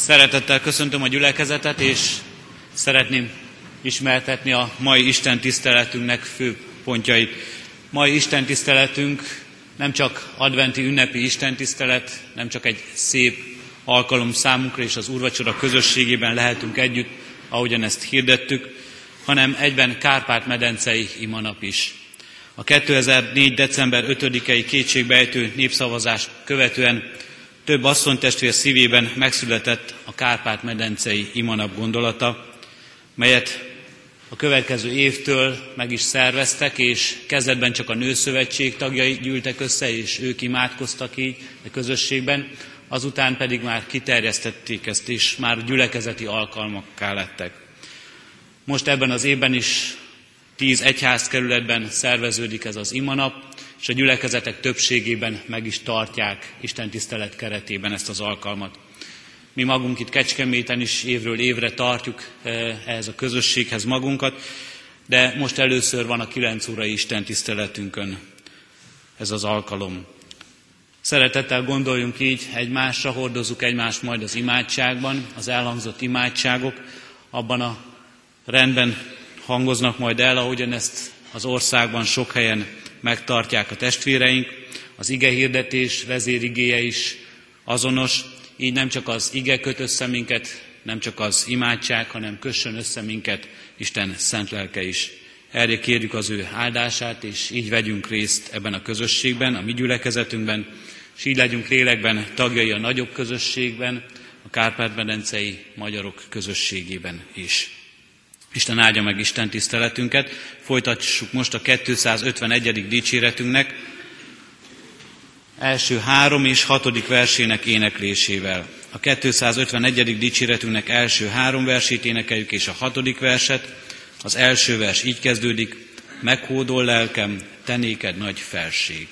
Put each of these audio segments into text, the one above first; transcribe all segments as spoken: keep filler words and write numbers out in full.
Szeretettel köszöntöm a gyülekezetet, és szeretném ismertetni a mai Isten tiszteletünknek fő pontjait. Mai Isten tiszteletünk nem csak adventi ünnepi Isten tisztelet, nem csak egy szép alkalom számunkra, és az úrvacsora közösségében lehetünk együtt, ahogyan ezt hirdettük, hanem egyben Kárpát-medencei imanap is. A kétezer-négy. december ötödikei kétségbeejtő népszavazás követően több asszonytestvér szívében megszületett a Kárpát-medencei imanap gondolata, melyet a következő évtől meg is szerveztek, és kezdetben csak a Nőszövetség tagjai gyűltek össze, és ők imádkoztak így a közösségben, azután pedig már kiterjesztették ezt, és már gyülekezeti alkalmakká lettek. Most ebben az évben is tíz egyházkerületben szerveződik ez az imanap, és a gyülekezetek többségében meg is tartják Isten tisztelet keretében ezt az alkalmat. Mi magunk itt Kecskeméten is évről évre tartjuk ehhez a közösséghez magunkat, de most először van a kilenc órai Isten tiszteletünkön ez az alkalom. Szeretettel gondoljunk így egymásra, hordozzuk egymást majd az imádságban, az elhangzott imádságok abban a rendben hangoznak majd el, ahogyan ezt az országban sok helyen megtartják a testvéreink. Az igehirdetés vezérigéje is azonos, így nem csak az ige köt össze minket, nem csak az imádság, hanem kössön össze minket Isten szent lelke is. Erre kérjük az ő áldását, és így vegyünk részt ebben a közösségben, a mi gyülekezetünkben, és így legyünk lélekben tagjai a nagyobb közösségben, a Kárpát-medencei magyarok közösségében is. Isten áldja meg Isten tiszteletünket. Folytassuk most a kétszázötvenegyedik dicséretünknek első három és hatodik versének éneklésével. A kétszázötvenegyedik dicséretünknek első három versét énekeljük, és a hatodik verset. Az első vers így kezdődik: meghódol lelkem, te néked nagy felség.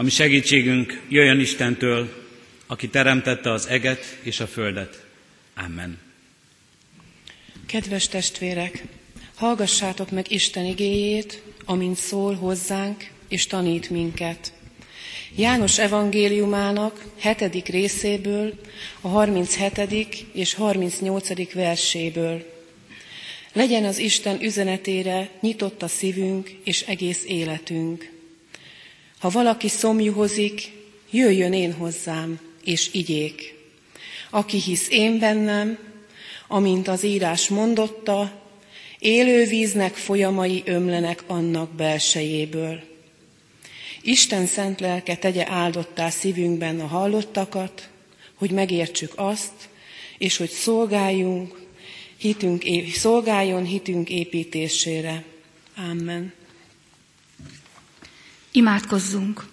ami segítségünk jöjjön Istentől, aki teremtette az eget és a földet. Amen. Kedves testvérek, hallgassátok meg Isten igéjét, amint szól hozzánk és tanít minket. János evangéliumának hetedik részéből, a harminchetedik és harmincnyolcadik verséből. Legyen az Isten üzenetére nyitott a szívünk és egész életünk. Ha valaki szomjuhozik, jöjjön én hozzám, és igyék. Aki hisz én bennem, amint az írás mondotta, élő víznek folyamai ömlenek annak belsejéből. Isten szent lelke tegye áldottá szívünkben a hallottakat, hogy megértsük azt, és hogy szolgáljunk, hitünk, szolgáljon hitünk építésére. Amen. Imádkozzunk!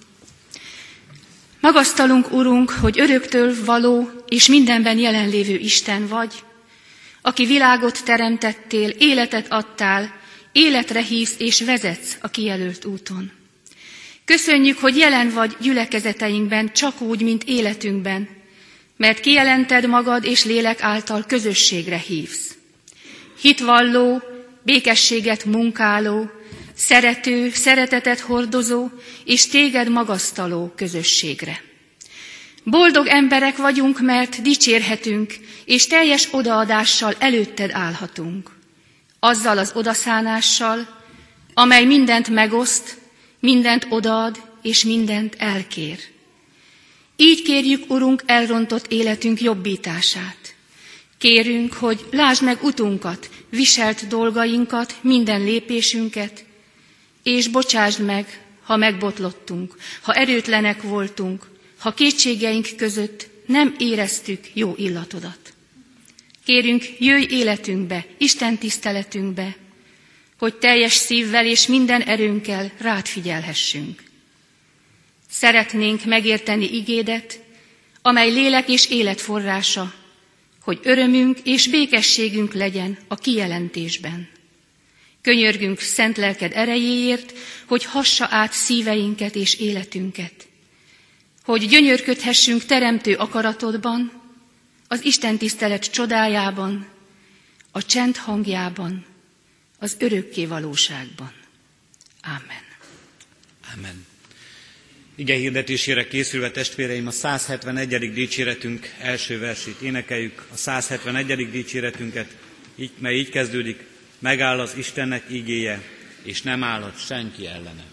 Magasztalunk, Urunk, hogy öröktől való és mindenben jelenlévő Isten vagy, aki világot teremtettél, életet adtál, életre hívsz és vezetsz a kijelölt úton. Köszönjük, hogy jelen vagy gyülekezeteinkben csak úgy, mint életünkben, mert kijelented magad és lélek által közösségre hívsz. Hitvalló, békességet munkáló, szerető, szeretetet hordozó és téged magasztaló közösségre. Boldog emberek vagyunk, mert dicsérhetünk, és teljes odaadással előtted állhatunk. Azzal az odaszánással, amely mindent megoszt, mindent odaad, és mindent elkér. Így kérjük, Urunk, elrontott életünk jobbítását. Kérünk, hogy lásd meg utunkat, viselt dolgainkat, minden lépésünket, és bocsásd meg, ha megbotlottunk, ha erőtlenek voltunk, ha kétségeink között nem éreztük jó illatodat. Kérünk, jöjj életünkbe, Isten tiszteletünkbe, hogy teljes szívvel és minden erőnkkel rád figyelhessünk. Szeretnénk megérteni igédet, amely lélek és élet forrása, hogy örömünk és békességünk legyen a kijelentésben. Könyörgünk szent lelked erejéért, hogy hassa át szíveinket és életünket, hogy gyönyörködhessünk teremtő akaratodban, az Isten tisztelet csodájában, a csend hangjában, az örökké valóságban. Amen. Amen. Ige hirdetésére készülve, testvéreim, a száz hetvenegyedik dicséretünk első versét énekeljük. A száz hetvenegyedik dicséretünket, így, mely így kezdődik: megáll az Istennek igéje, és nem állhat senki ellene.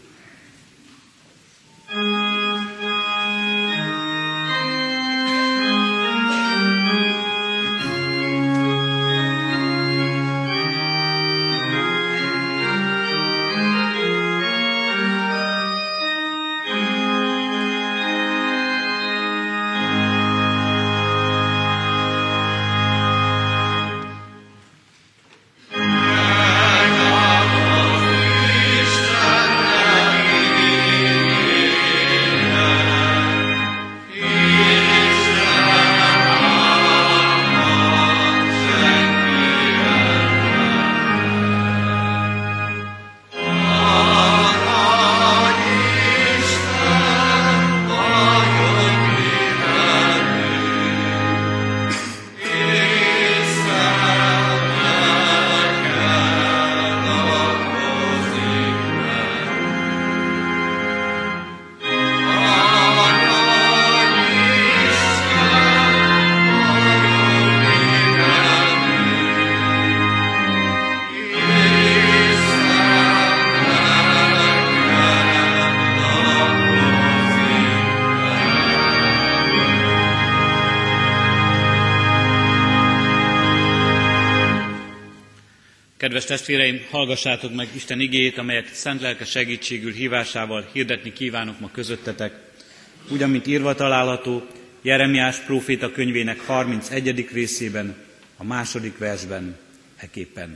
Kedves testvéreim, hallgassátok meg Isten igéjét, amelyet szent lelke segítségül hívásával hirdetni kívánok ma közöttetek. Úgy, amint írva található Jeremiás próféta könyvének harmincegyedik részében, a második versben, eképpen.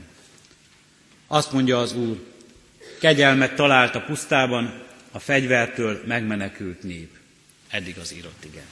Azt mondja az Úr: kegyelmet talált a pusztában a fegyvertől megmenekült nép. Eddig az írott ige.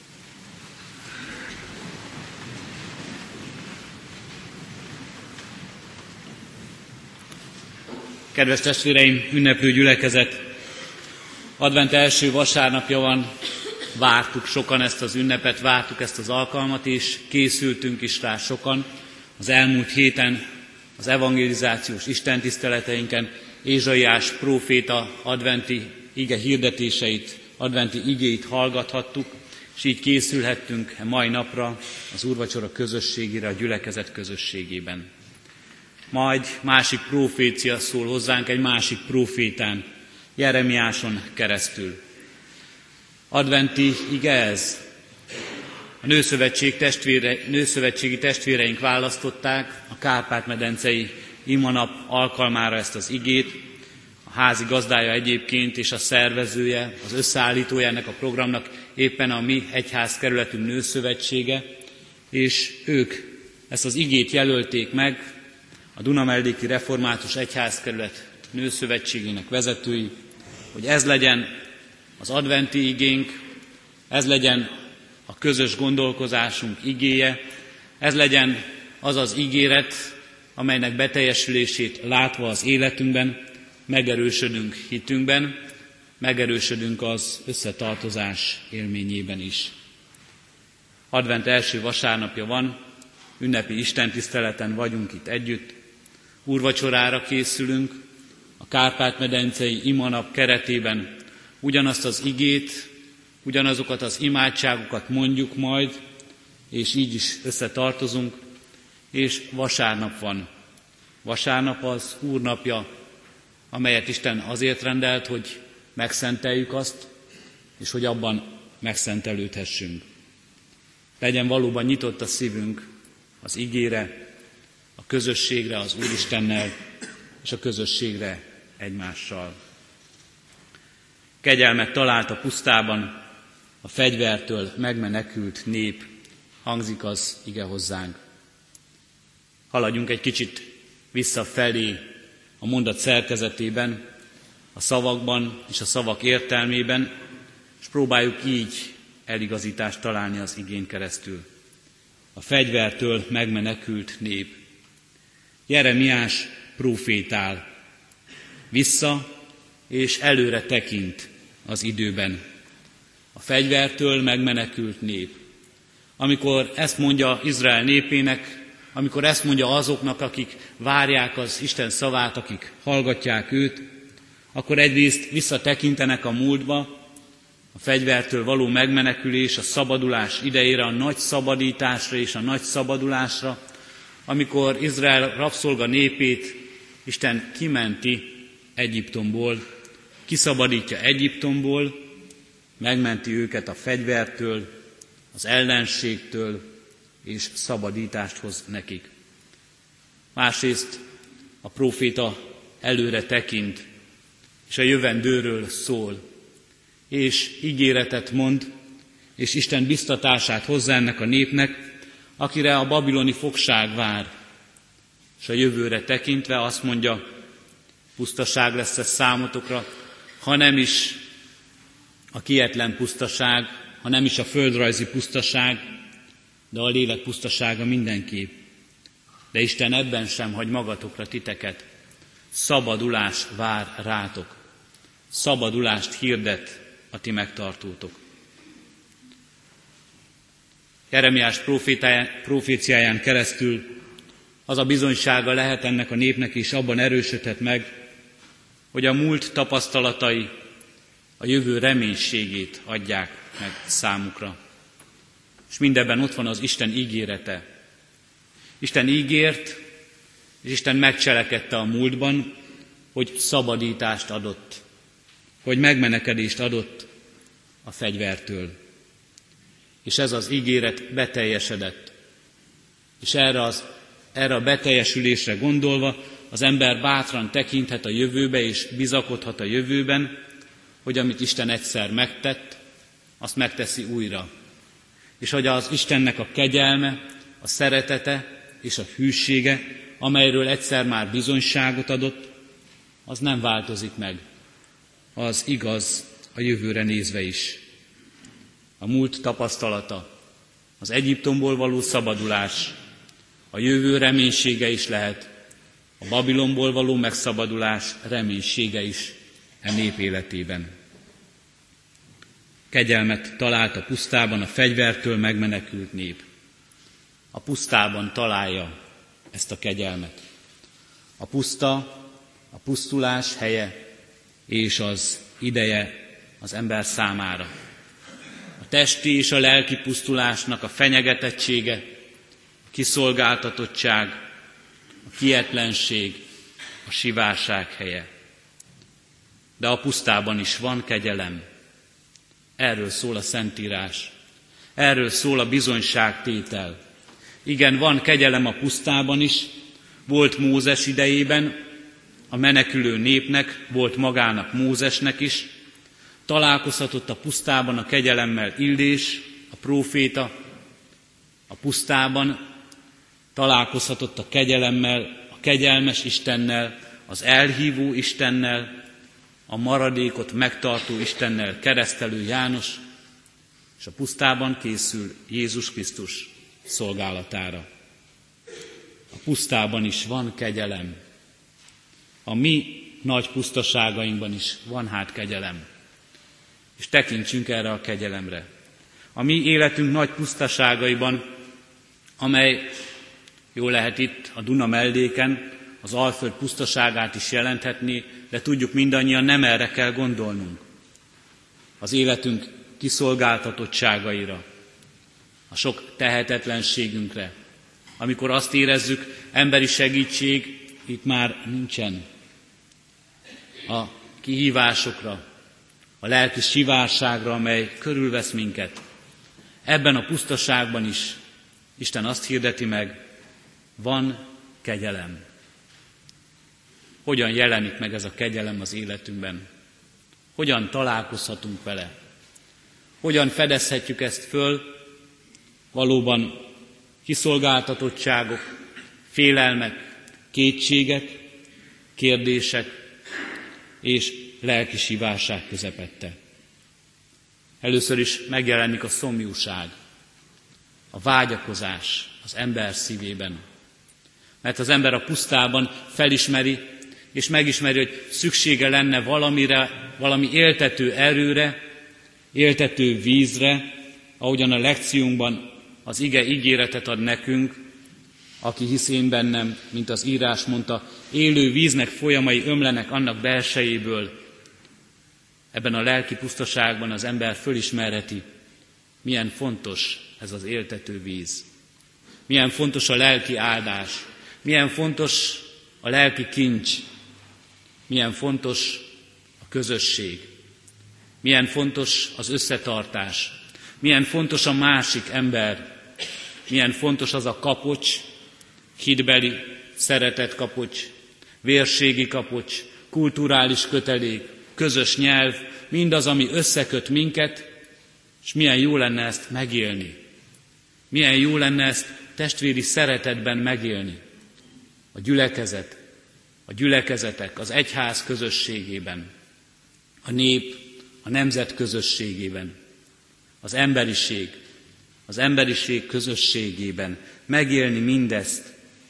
Kedves testvéreim, ünneplő gyülekezet! Advent első vasárnapja van, vártuk sokan ezt az ünnepet, vártuk ezt az alkalmat, és készültünk is rá sokan. Az elmúlt héten az evangelizációs istentiszteleteinken Ézsaiás próféta adventi ige hirdetéseit, adventi igéit hallgathattuk, és így készülhettünk a mai napra az úrvacsora közösségére, a gyülekezet közösségében. Majd másik profécia szól hozzánk egy másik profétán, Jeremiáson keresztül. Adventi ige ez. A nőszövetség testvére, nőszövetségi testvéreink választották a Kárpát-medencei imanap alkalmára ezt az igét. A házi gazdája egyébként és a szervezője, az összeállítója ennek a programnak éppen a mi egyházkerületünk nőszövetsége, és ők ezt az igét jelölték meg, a Dunamelléki Református Egyházkerület nőszövetségének vezetői, hogy ez legyen az adventi igénk, ez legyen a közös gondolkozásunk igéje, ez legyen az az ígéret, amelynek beteljesülését látva az életünkben, megerősödünk hitünkben, megerősödünk az összetartozás élményében is. Advent első vasárnapja van, ünnepi istentiszteleten vagyunk itt együtt, úrvacsorára készülünk, a Kárpát-medencei imanap keretében ugyanazt az igét, ugyanazokat az imádságokat mondjuk majd, és így is összetartozunk, és vasárnap van. Vasárnap az Úrnapja, amelyet Isten azért rendelt, hogy megszenteljük azt, és hogy abban megszentelődhessünk. Legyen valóban nyitott a szívünk az igére, a közösségre az Úristennel, és a közösségre egymással. Kegyelmet talált a pusztában, a fegyvertől megmenekült nép, hangzik az ige hozzánk. Haladjunk egy kicsit visszafelé a mondat szerkezetében, a szavakban és a szavak értelmében, és próbáljuk így eligazítást találni az igén keresztül. A fegyvertől megmenekült nép. Jeremiás prófétál, vissza és előre tekint az időben. A fegyvertől megmenekült nép. Amikor ezt mondja Izrael népének, amikor ezt mondja azoknak, akik várják az Isten szavát, akik hallgatják őt, akkor egyrészt visszatekintenek a múltba, a fegyvertől való megmenekülés, a szabadulás idejére, a nagy szabadításra és a nagy szabadulásra, amikor Izrael rabszolga népét Isten kimenti Egyiptomból, kiszabadítja Egyiptomból, megmenti őket a fegyvertől, az ellenségtől, és szabadítást hoz nekik. Másrészt a próféta előre tekint, és a jövendőről szól, és ígéretet mond, és Isten biztatását hozza ennek a népnek, akire a babiloni fogság vár. És a jövőre tekintve azt mondja, pusztaság lesz ez számotokra, ha nem is a kietlen pusztaság, ha nem is a földrajzi pusztaság, de a lélek pusztasága mindenképp. De Isten ebben sem hagy magatokra titeket. Szabadulás vár rátok. Szabadulást hirdet a ti megtartótok. Jeremiás proféciáján keresztül az a bizonysága lehet ennek a népnek, és abban erősödhet meg, hogy a múlt tapasztalatai a jövő reménységét adják meg számukra. És mindebben ott van az Isten ígérete. Isten ígért, és Isten megcselekedte a múltban, hogy szabadítást adott, hogy megmenekedést adott a fegyvertől. És ez az ígéret beteljesedett. És erre, az, erre a beteljesülésre gondolva az ember bátran tekinthet a jövőbe, és bizakodhat a jövőben, hogy amit Isten egyszer megtett, azt megteszi újra. És hogy az Istennek a kegyelme, a szeretete és a hűsége, amelyről egyszer már bizonyságot adott, az nem változik meg. Az igaz a jövőre nézve is. A múlt tapasztalata, az Egyiptomból való szabadulás, a jövő reménysége is lehet, a Babilonból való megszabadulás reménysége is e nép életében. kegyelmet talált a pusztában a fegyvertől megmenekült nép. A pusztában találja ezt a kegyelmet. A puszta, a pusztulás helye és az ideje az ember számára. A testi és a lelki pusztulásnak a fenyegetettsége, a kiszolgáltatottság, a kietlenség, a sivárság helye. De a pusztában is van kegyelem. Erről szól a Szentírás. Erről szól a bizonyságtétel. Igen, van kegyelem a pusztában is, volt Mózes idejében, a menekülő népnek, volt magának Mózesnek is, találkozhatott a pusztában a kegyelemmel Illés, a próféta, a pusztában találkozhatott a kegyelemmel, a kegyelmes Istennel, az elhívó Istennel, a maradékot megtartó Istennel keresztelő János, és a pusztában készül Jézus Krisztus szolgálatára. A pusztában is van kegyelem. A mi nagy pusztaságainkban is van hát kegyelem. És tekintsünk erre a kegyelemre. A mi életünk nagy pusztaságaiban, amely jól lehet itt a Duna melléken, az Alföld pusztaságát is jelenthetni, de tudjuk mindannyian, nem erre kell gondolnunk. Az életünk kiszolgáltatottságaira, a sok tehetetlenségünkre, amikor azt érezzük, emberi segítség itt már nincsen. A kihívásokra, a lelki sivárságra, amely körülvesz minket. Ebben a pusztaságban is Isten azt hirdeti meg, van kegyelem. Hogyan jelenik meg ez a kegyelem az életünkben? Hogyan találkozhatunk vele? Hogyan fedezhetjük ezt föl? Valóban kiszolgáltatottságok, félelmek, kétségek, kérdések és lelki sivárság közepette. Először is megjelenik a szomjúság, a vágyakozás az ember szívében. Mert az ember a pusztában felismeri, és megismeri, hogy szüksége lenne valamire, valami éltető erőre, éltető vízre, ahogyan a lekciónkban az ige ígéretet ad nekünk, aki hisz én bennem, mint az írás mondta, élő víznek folyamai ömlenek annak belsejéből. Ebben a lelki pusztaságban az ember fölismerheti, milyen fontos ez az éltető víz. Milyen fontos a lelki áldás, milyen fontos a lelki kincs, milyen fontos a közösség, milyen fontos az összetartás, milyen fontos a másik ember, milyen fontos az a kapocs, hitbeli szeretet kapocs, vérségi kapocs, kulturális kötelék, közös nyelv, mindaz, ami összeköt minket, és milyen jó lenne ezt megélni. Milyen jó lenne ezt testvéri szeretetben megélni. A gyülekezet, a gyülekezetek, az egyház közösségében, a nép, a nemzet közösségében, az emberiség, az emberiség közösségében megélni mindezt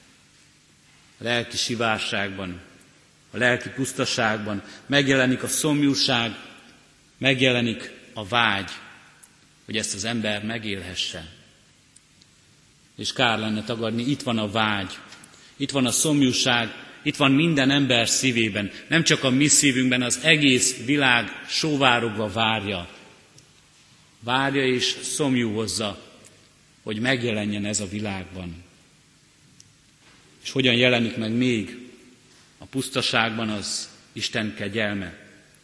a lelki sivárságban, a lelki pusztaságban, megjelenik a szomjúság, megjelenik a vágy, hogy ezt az ember megélhesse. És kár lenne tagadni, itt van a vágy, itt van a szomjúság, itt van minden ember szívében, nem csak a mi szívünkben, az egész világ sóvárogva várja. Várja és szomjúhozza, hogy megjelenjen ez a világban. És hogyan jelenik meg még a pusztaságban az Isten kegyelme?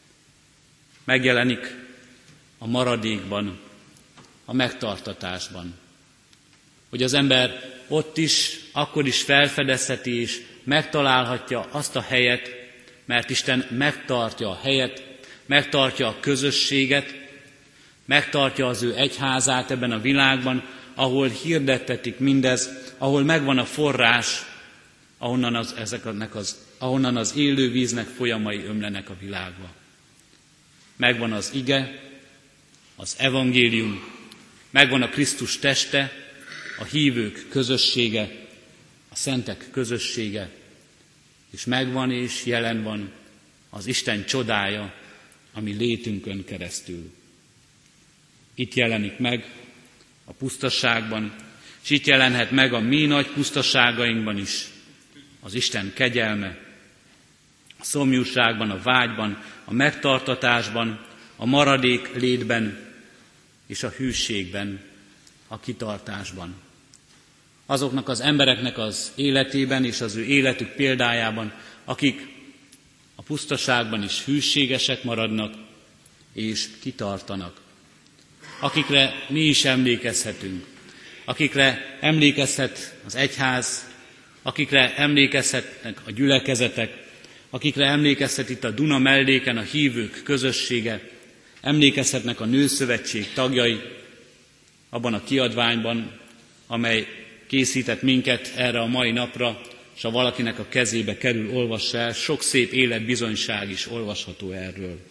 Megjelenik a maradékban, a megtartatásban. Hogy az ember ott is, akkor is felfedezheti és megtalálhatja azt a helyet, mert Isten megtartja a helyet, megtartja a közösséget, megtartja az ő egyházát ebben a világban, ahol hirdettetik mindez, ahol megvan a forrás, ahonnan az, ezeknek az, ahonnan az élő víznek folyamai ömlenek a világba. Megvan az ige, az evangélium, megvan a Krisztus teste, a hívők közössége, a szentek közössége, és megvan és jelen van az Isten csodája, ami létünkön keresztül. itt jelenik meg a pusztaságban, és itt jelenhet meg a mi nagy pusztaságainkban is az Isten kegyelme, a szomjúságban, a vágyban, a megtartatásban, a maradék létben és a hűségben, a kitartásban. Azoknak az embereknek az életében és az ő életük példájában, akik a pusztaságban is hűségesek maradnak és kitartanak. Akikre mi is emlékezhetünk, akikre emlékezhet az egyház, akikre emlékezhetnek a gyülekezetek, akikre emlékezhet itt a Duna melléken a hívők közössége, emlékezhetnek a Nőszövetség tagjai abban a kiadványban, amely készített minket erre a mai napra, és ha valakinek a kezébe kerül, olvassa el, sok szép életbizonyság is olvasható erről.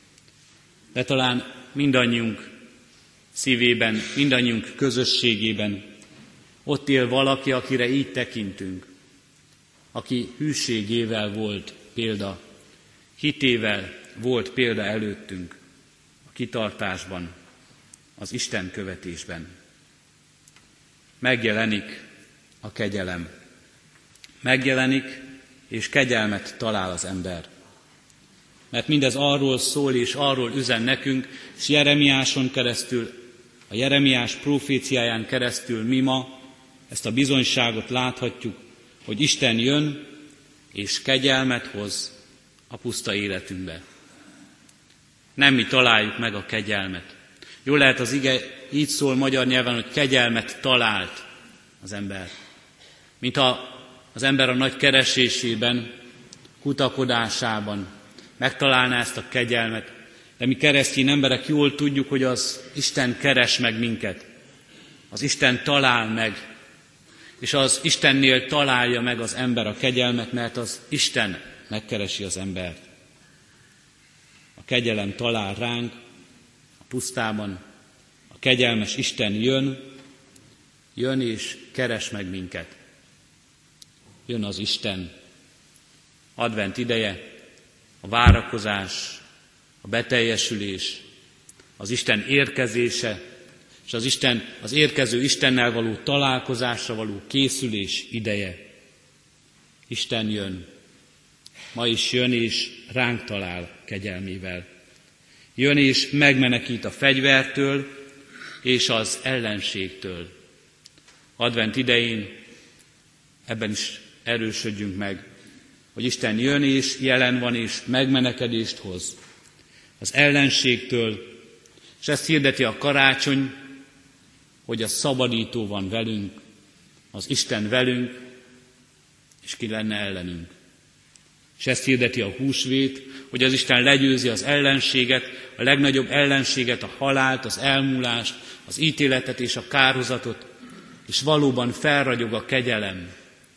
De talán mindannyiunk szívében, mindannyiunk közösségében ott él valaki, akire így tekintünk, aki hűségével volt példa, hitével volt példa előttünk, a kitartásban, az Isten követésben. Megjelenik a kegyelem. Megjelenik, és kegyelmet talál az ember. Mert mindez arról szól, és arról üzen nekünk, és Jeremiáson keresztül, a Jeremiás proféciáján keresztül mi ma ezt a bizonyságot láthatjuk, hogy Isten jön, és kegyelmet hoz a puszta életünkbe. Nem mi találjuk meg a kegyelmet. Jól lehet az ige így szól magyar nyelven, hogy kegyelmet talált az ember. Mintha az ember a nagy keresésében, kutakodásában megtalálná ezt a kegyelmet, de mi keresztény emberek jól tudjuk, hogy az Isten keres meg minket. Az Isten talál meg, és az Istennél találja meg az ember a kegyelmet, mert az Isten megkeresi az embert. A kegyelem talál ránk a pusztában, a kegyelmes Isten jön, jön és keres meg minket. Jön az Isten. Advent ideje, a várakozás, a beteljesülés, az Isten érkezése, és az, Isten, az érkező Istennel való találkozásra való készülés ideje. Isten jön. Ma is jön és ránk talál kegyelmével. Jön és megmenekít a fegyvertől és az ellenségtől. Advent idején ebben is erősödjünk meg, hogy Isten jön és jelen van és megmenekedést hoz az ellenségtől, és ezt hirdeti a karácsony, hogy a szabadító van velünk, az Isten velünk, és ki lenne ellenünk. És ezt hirdeti a húsvét, hogy az Isten legyőzi az ellenséget, a legnagyobb ellenséget, a halált, az elmúlást, az ítéletet és a kárhozatot, és valóban felragyog a kegyelem,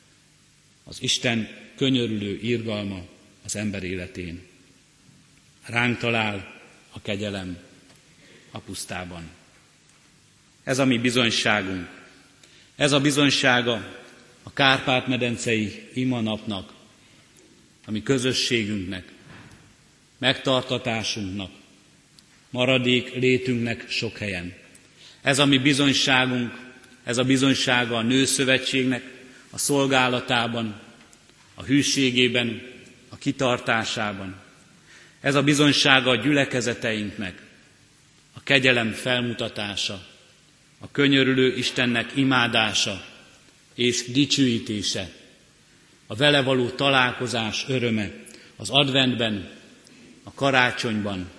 az Isten könyörülő irgalma az ember életén. Ránk talál a kegyelem a pusztában. Ez a mi bizonyságunk. Ez a bizonysága a Kárpát-medencei imanapnak, a mi közösségünknek, megtartatásunknak, maradék létünknek sok helyen. Ez a mi bizonyságunk, ez a bizonysága a Nőszövetségnek, a szolgálatában, a hűségében, a kitartásában. Ez a bizonysága a gyülekezeteinknek, a kegyelem felmutatása, a könyörülő Istennek imádása és dicsőítése, a vele való találkozás öröme az adventben, a karácsonyban.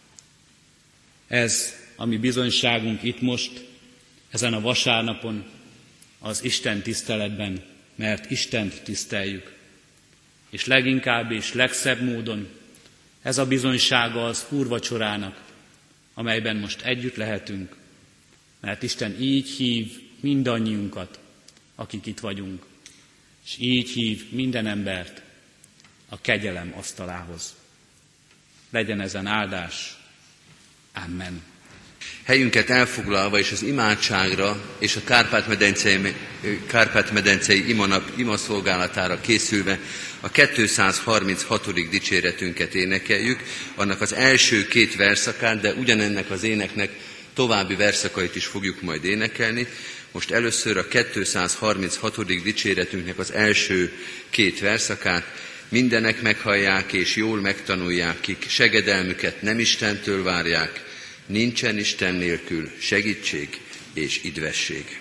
Ez a mi bizonyságunk itt most, ezen a vasárnapon, az Isten tiszteletben, mert Istent tiszteljük. És leginkább és legszebb módon ez a bizonysága az úrvacsorának, amelyben most együtt lehetünk, mert Isten így hív mindannyiunkat, akik itt vagyunk, és így hív minden embert a kegyelem asztalához. Legyen ezen áldás. Amen. Helyünket elfoglalva és az imádságra és a Kárpát-medencei, Kárpát-medencei imanap imaszolgálatára készülve a kétszázharminchatodik dicséretünket énekeljük, annak az első két verszakát, de ugyanennek az éneknek további verszakait is fogjuk majd énekelni. Most először a kétszázharminchatodik dicséretünknek az első két verszakát. Mindenek meghallják és jól megtanulják, kik segedelmüket nem Istentől várják, nincsen Isten nélkül segítség és idvesség.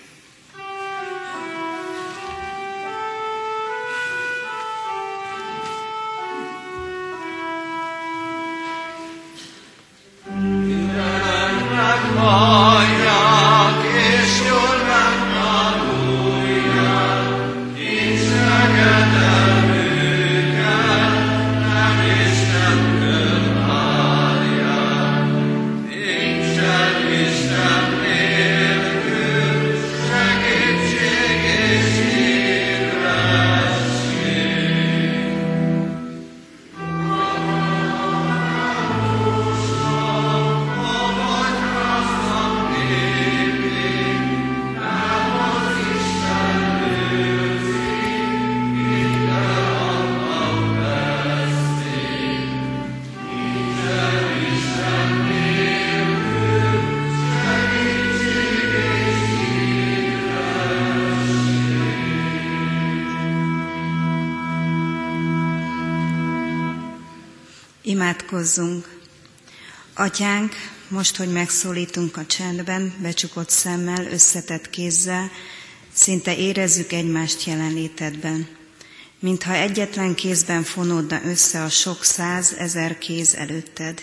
Imádkozzunk! Atyánk, most, hogy megszólítunk a csendben, becsukott szemmel, összetett kézzel, szinte érezzük egymást jelenlétedben, mintha egyetlen kézben fonódna össze a sok százezer kéz előtted.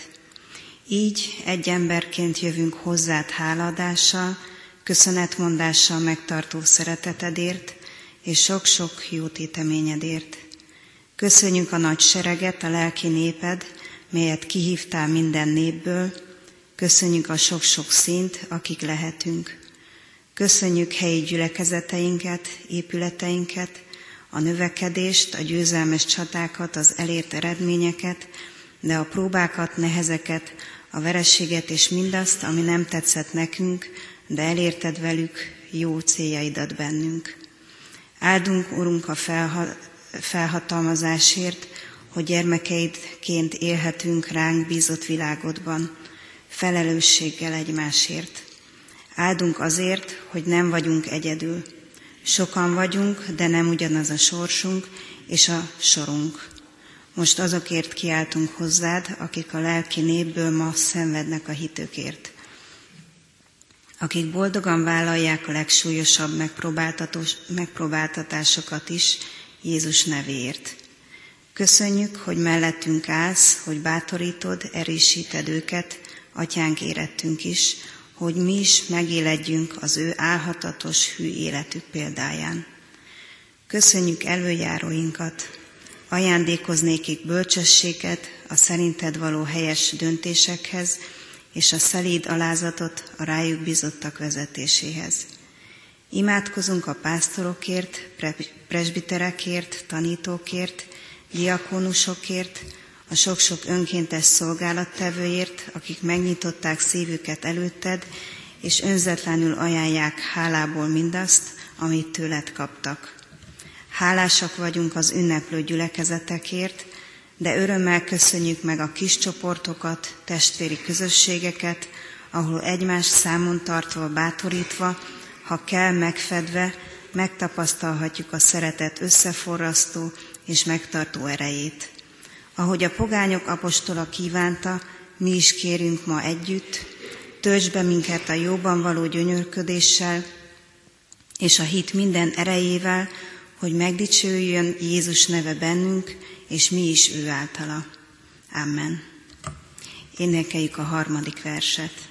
Így egy emberként jövünk hozzád háladással, köszönetmondással megtartó szeretetedért, és sok-sok jó téteményedért. Köszönjük a nagy sereget, a lelki néped, melyet kihívtál minden népből. Köszönjük a sok-sok színt, akik lehetünk. Köszönjük helyi gyülekezeteinket, épületeinket, a növekedést, a győzelmes csatákat, az elért eredményeket, de a próbákat, nehezeket, a vereséget és mindazt, ami nem tetszett nekünk, de elérted velük jó céljaidat bennünk. Áldunk, Urunk, a felha- felhatalmazásért, hogy gyermekeidként élhetünk ránk bízott világodban, felelősséggel egymásért. Áldunk azért, hogy nem vagyunk egyedül. Sokan vagyunk, de nem ugyanaz a sorsunk és a sorunk. Most azokért kiáltunk hozzád, akik a lelki népből ma szenvednek a hitükért. Akik boldogan vállalják a legsúlyosabb megpróbáltatásokat is Jézus nevéért. Köszönjük, hogy mellettünk állsz, hogy bátorítod, erősíted őket, Atyánk érettünk is, hogy mi is megéledjünk az ő álhatatos, hű életük példáján. Köszönjük előjáróinkat, ajándékoznékik bölcsességet a szerinted való helyes döntésekhez, és a szelíd alázatot a rájuk bízottak vezetéséhez. Imádkozunk a pásztorokért, presbiterekért, tanítókért, diakónusokért, a sok-sok önkéntes szolgálattevőért, akik megnyitották szívüket előtted, és önzetlenül ajánlják hálából mindazt, amit tőled kaptak. Hálásak vagyunk az ünneplő gyülekezetekért, de örömmel köszönjük meg a kis csoportokat, testvéri közösségeket, ahol egymás számon tartva, bátorítva, ha kell megfedve, megtapasztalhatjuk a szeretet összeforrasztó és megtartó erejét. Ahogy a pogányok apostola kívánta, mi is kérünk ma együtt, töltsd be minket a jóban való gyönyörködéssel, és a hit minden erejével, hogy megdicsőjön Jézus neve bennünk, és mi is ő általa. Amen. Énekeljük a harmadik verset.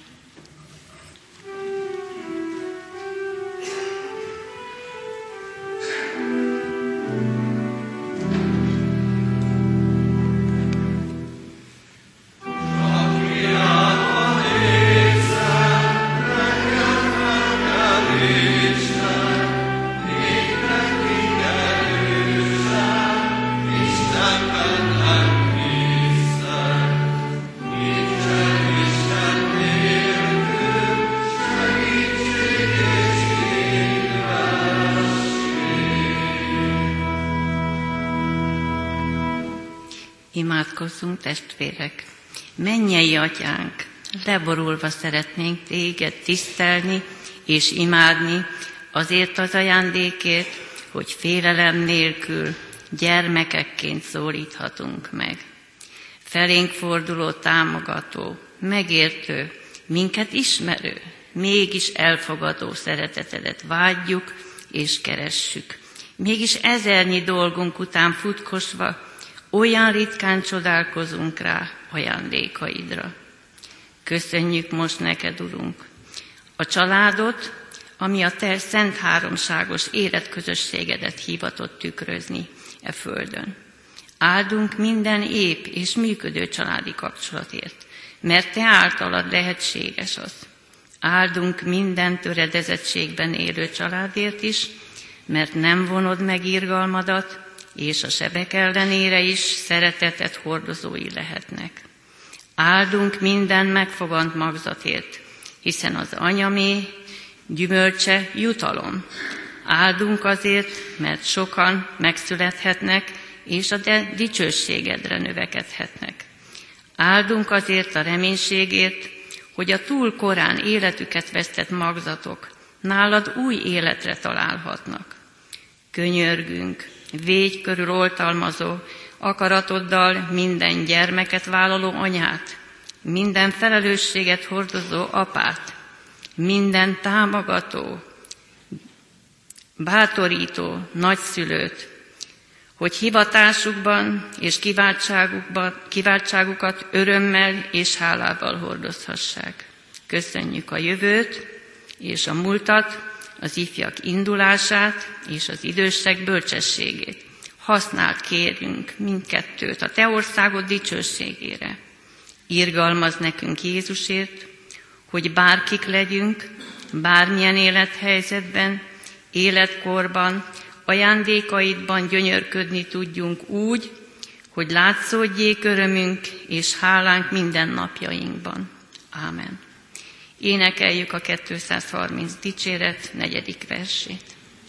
Imádkozzunk, testvérek! Mennyei Atyánk, leborulva szeretnénk téged tisztelni és imádni azért az ajándékért, hogy félelem nélkül gyermekekként szólíthatunk meg. Felénk forduló támogató, megértő, minket ismerő, mégis elfogadó szeretetedet vágyjuk és keressük. Mégis ezernyi dolgunk után futkosva olyan ritkán csodálkozunk rá ajándékaidra. Köszönjük most neked, Urunk, a családot, ami a te szent háromságos életközösségedet hivatott tükrözni e földön. Áldunk minden ép és működő családi kapcsolatért, mert te általad lehetséges az. Áldunk minden töredezettségben élő családért is, mert nem vonod meg irgalmadat, és a sebek ellenére is szeretetet hordozói lehetnek. Áldunk minden megfogant magzatért, hiszen az anyamé gyümölcse jutalom. Áldunk azért, mert sokan megszülethetnek, és a te dicsőségedre növekedhetnek. Áldunk azért a reménységért, hogy a túl korán életüket vesztett magzatok nálad új életre találhatnak. Könyörgünk, védj körül oltalmazó akaratoddal minden gyermeket vállaló anyát, minden felelősséget hordozó apát, minden támogató, bátorító nagyszülőt, hogy hivatásukban és kiváltságukban, kiváltságukat örömmel és hálával hordozhassák. Köszönjük a jövőt és a múltat, az ifjak indulását és az idősek bölcsességét. Használd, kérünk mindkettőt a te országod dicsőségére. Irgalmazz nekünk Jézusért, hogy bárkik legyünk, bármilyen élethelyzetben, életkorban, ajándékaidban gyönyörködni tudjunk úgy, hogy látszódjék örömünk és hálánk minden napjainkban. Ámen. Énekeljük a kétszázharminc dicséret negyedik versét.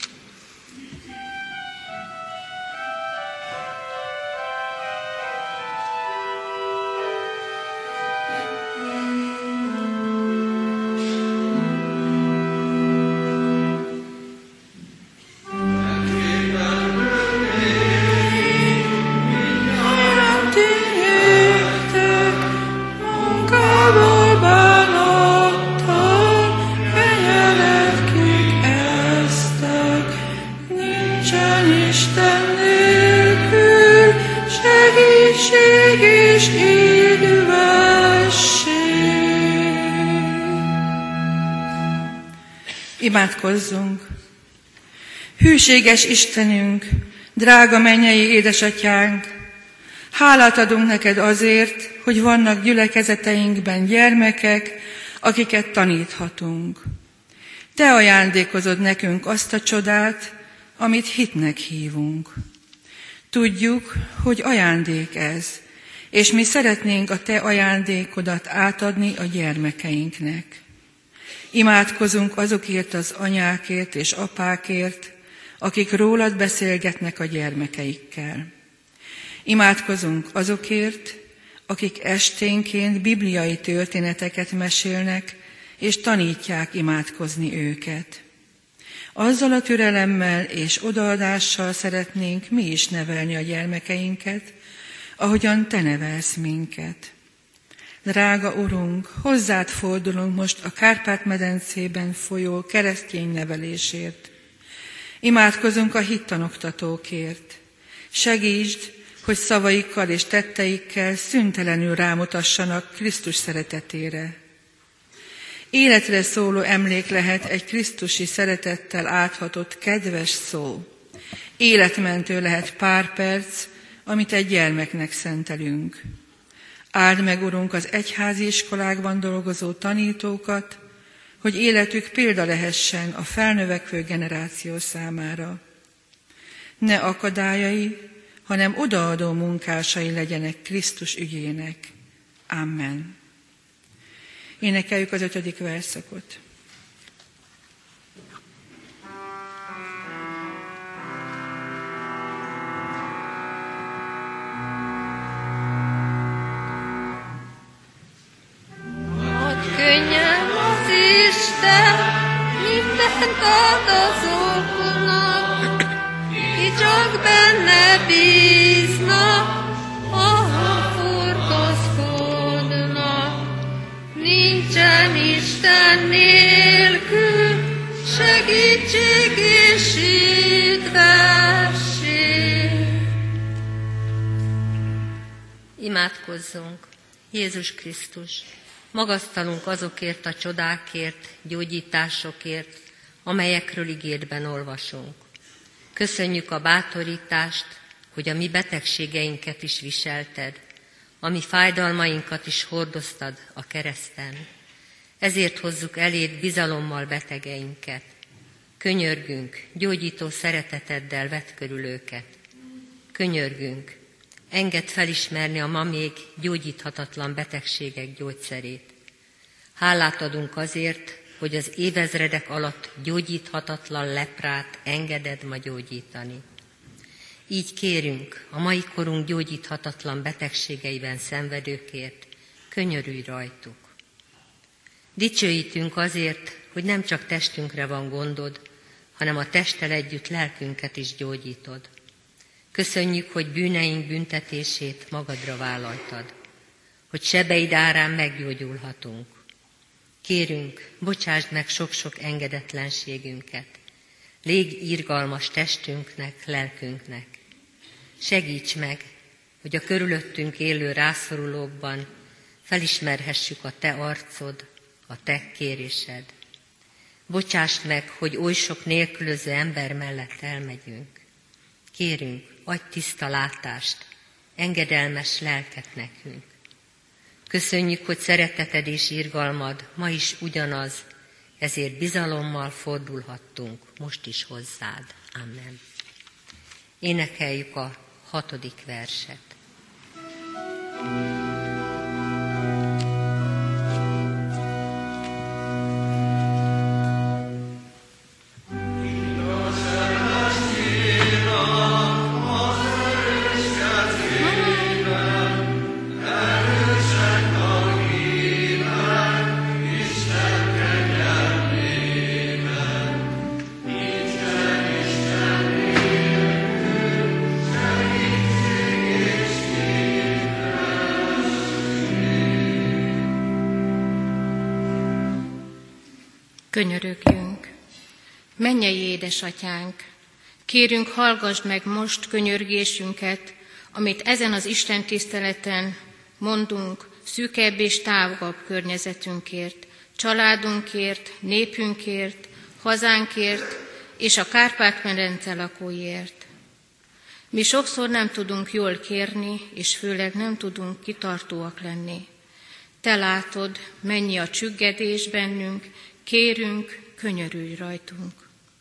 Imádkozzunk! Hűséges Istenünk, drága mennyei édesatyánk, hálát adunk neked azért, hogy vannak gyülekezeteinkben gyermekek, akiket taníthatunk. Te ajándékozod nekünk azt a csodát, amit hitnek hívunk. Tudjuk, hogy ajándék ez, és mi szeretnénk a te ajándékodat átadni a gyermekeinknek. Imádkozunk azokért az anyákért és apákért, akik rólad beszélgetnek a gyermekeikkel. Imádkozunk azokért, akik esténként bibliai történeteket mesélnek, és tanítják imádkozni őket. Azzal a türelemmel és odaadással szeretnénk mi is nevelni a gyermekeinket, ahogyan te nevelsz minket. Drága Urunk, hozzád fordulunk most a Kárpát-medencében folyó keresztény nevelésért. Imádkozunk a hittanoktatókért. Segítsd, hogy szavaikkal és tetteikkel szüntelenül rámutassanak Krisztus szeretetére. Életre szóló emlék lehet egy krisztusi szeretettel áthatott kedves szó. Életmentő lehet pár perc, amit egy gyermeknek szentelünk. Áld meg, Urunk, az egyházi iskolákban dolgozó tanítókat, hogy életük példa lehessen a felnövekvő generáció számára. Ne akadályai, hanem odaadó munkásai legyenek Krisztus ügyének. Amen. Énekeljük az ötödik verszakot. ad azoknak, ki csak benne bíznak, ahol fordaszkodnak. Nincsen Isten nélkül segítség és édvesség. Imádkozzunk! Jézus Krisztus, magasztalunk azokért a csodákért, gyógyításokért, amelyekről ígéretben olvasunk. Köszönjük a bátorítást, hogy a mi betegségeinket is viselted, a mi fájdalmainkat is hordoztad a kereszten. Ezért hozzuk eléd bizalommal betegeinket. Könyörgünk, gyógyító szereteteddel vedd körül őket. Könyörgünk, engedd felismerni a ma még gyógyíthatatlan betegségek gyógyszerét. Hálát adunk azért, hogy az évezredek alatt gyógyíthatatlan leprát engeded ma gyógyítani. Így kérünk a mai korunk gyógyíthatatlan betegségeiben szenvedőkért, könyörülj rajtuk. Dicsőítünk azért, hogy nem csak testünkre van gondod, hanem a testtel együtt lelkünket is gyógyítod. Köszönjük, hogy bűneink büntetését magadra vállaltad, hogy sebeid árán meggyógyulhatunk. Kérünk, bocsásd meg sok-sok engedetlenségünket, légy irgalmas testünknek, lelkünknek. Segíts meg, hogy a körülöttünk élő rászorulókban felismerhessük a Te arcod, a Te kérésed. Bocsásd meg, hogy oly sok nélkülöző ember mellett elmegyünk. Kérünk, adj tiszta látást, engedelmes lelket nekünk. Köszönjük, hogy szereteted és irgalmad ma is ugyanaz, ezért bizalommal fordulhattunk most is hozzád. Amen. Énekeljük a hatodik verset. Könyörögjünk. Mennyei édesatyánk, kérünk, hallgassd meg most könyörgésünket, amit ezen az Isten tiszteleten mondunk szűkebb és távolabb környezetünkért, családunkért, népünkért, hazánkért és a Kárpát-medence lakóiért. Mi sokszor nem tudunk jól kérni, és főleg nem tudunk kitartóak lenni. Te látod, mennyi a csüggedés bennünk, kérünk, könyörülj rajtunk.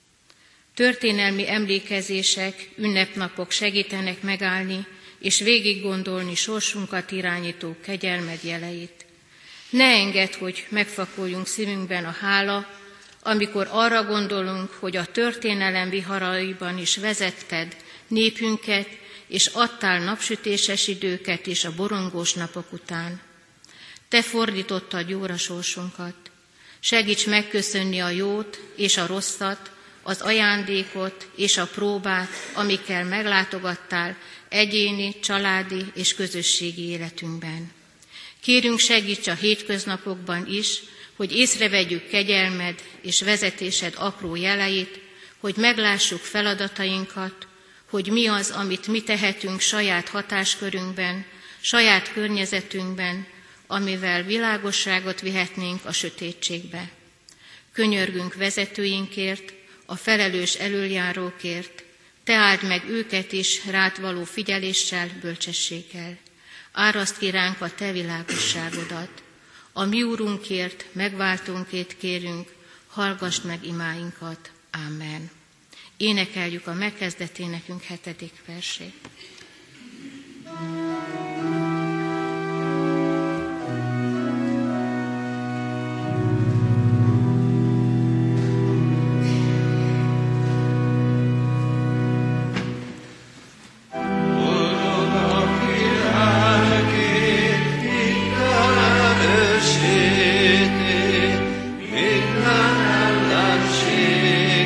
Történelmi emlékezések, ünnepnapok segítenek megállni és végig gondolni sorsunkat irányító kegyelmed jeleit. Ne engedd, hogy megfakuljunk szívünkben a hála, amikor arra gondolunk, hogy a történelem viharaiban is vezetted népünket, és adtál napsütéses időket is a borongós napok után. Te fordítottad jóra sorsunkat. Segíts megköszönni a jót és a rosszat, az ajándékot és a próbát, amikkel meglátogattál egyéni, családi és közösségi életünkben. Kérünk, segíts a hétköznapokban is, hogy észrevegyük kegyelmed és vezetésed apró jeleit, hogy meglássuk feladatainkat, hogy mi az, amit mi tehetünk saját hatáskörünkben, saját környezetünkben, amivel világosságot vihetnénk a sötétségbe. Könyörgünk vezetőinkért, a felelős elöljárókért, te áld meg őket is rád való figyeléssel, bölcsességgel. Áraszd ki ránk a te világosságodat. A mi úrunkért, megváltónkért kérünk, hallgassd meg imáinkat. Amen. Énekeljük a megkezdeténekünk hetedik versét. Minden ellenség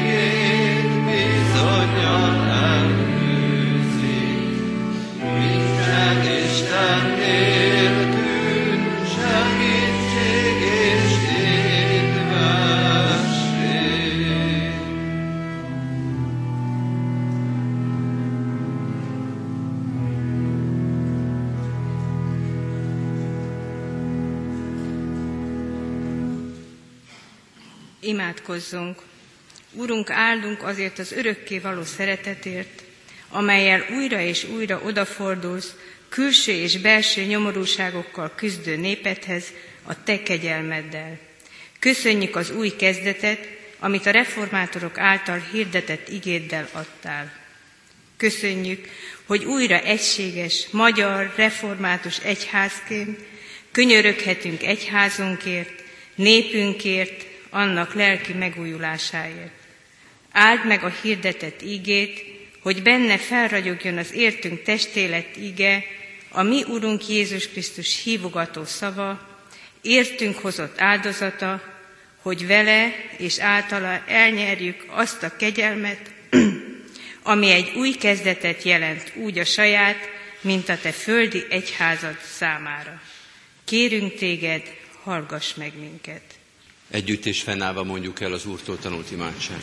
Imádkozzunk! Urunk, áldunk azért az örökké való szeretetért, amellyel újra és újra odafordulsz külső és belső nyomorúságokkal küzdő népedhez a te kegyelmeddel. Köszönjük az új kezdetet, amit a reformátorok által hirdetett igéddel adtál. Köszönjük, hogy újra egységes, magyar, református egyházként könyöröghetünk egyházunkért, népünkért, annak lelki megújulásáért. Áld meg a hirdetett ígét, hogy benne felragyogjon az értünk testélet ige, a mi Urunk Jézus Krisztus hívogató szava, értünk hozott áldozata, hogy vele és általa elnyerjük azt a kegyelmet, ami egy új kezdetet jelent úgy a saját, mint a te földi egyházad számára. Kérünk téged, hallgass meg minket. Együtt és fennállva mondjuk el az Úrtól tanult imádságot.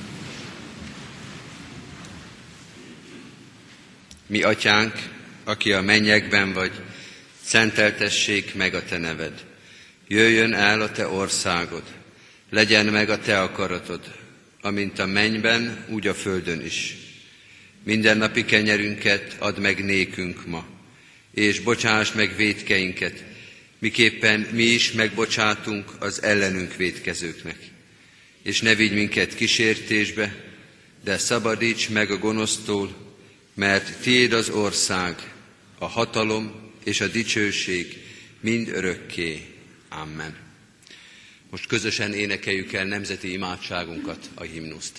Mi atyánk, aki a mennyekben vagy, szenteltessék meg a te neved. Jöjjön el a te országod, legyen meg a te akaratod, amint a mennyben, úgy a földön is. Mindennapi kenyerünket add meg nékünk ma, és bocsásd meg vétkeinket, miképpen mi is megbocsátunk az ellenünk vétkezőknek. És ne vigy minket kísértésbe, de szabadíts meg a gonosztól, mert tiéd az ország, a hatalom és a dicsőség mind örökké. Amen. Most közösen énekeljük el nemzeti imádságunkat, a himnuszt.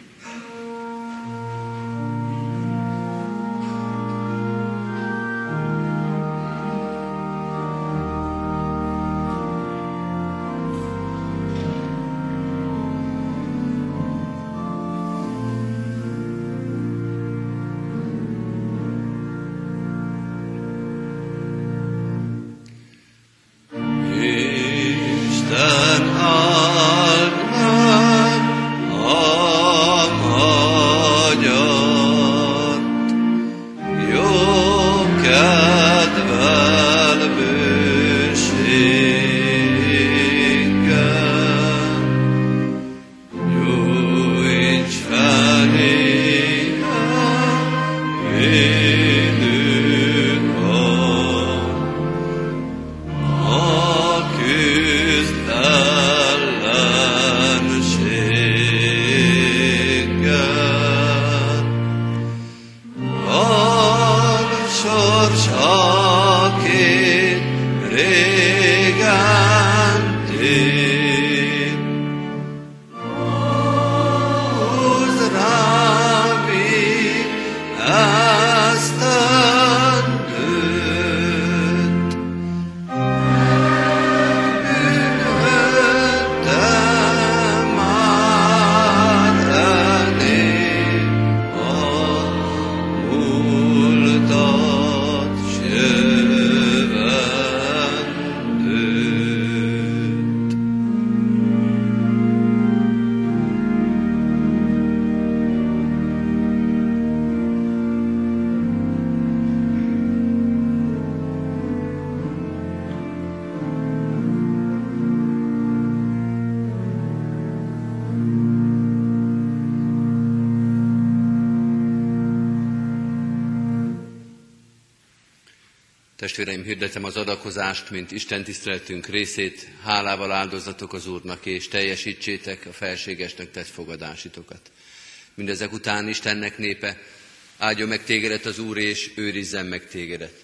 Testvéreim, hirdetem az adakozást, mint Isten tiszteletünk részét, hálával áldozatok az Úrnak, és teljesítsétek a felségesnek tett fogadásitokat. Mindezek után Istennek népe, áldjon meg tégedet az Úr, és őrizzen meg tégedet.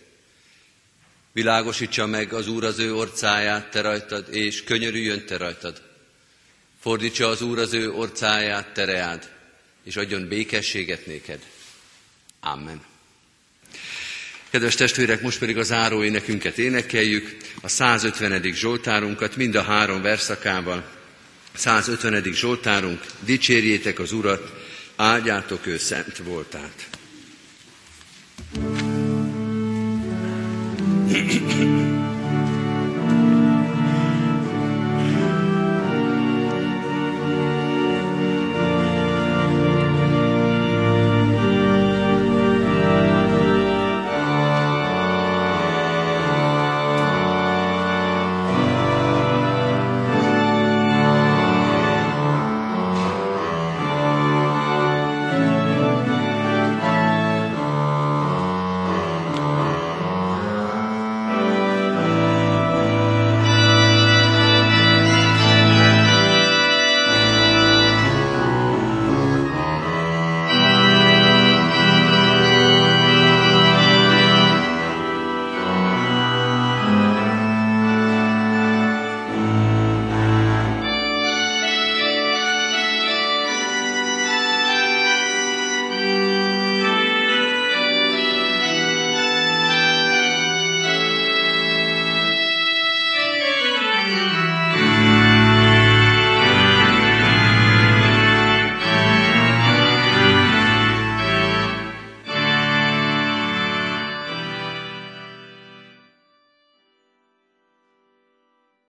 Világosítsa meg az Úr az ő orcáját te rajtad, és könyörüljön te rajtad. Fordítsa az Úr az ő orcáját te reád, és adjon békességet néked. Amen. Kedves testvérek, most pedig a záró énekünket énekeljük, a százötvenedik zsoltárunkat mind a három verszakával. százötvenedik zsoltárunk, dicsérjétek az Urat, áldjátok ő szent voltát.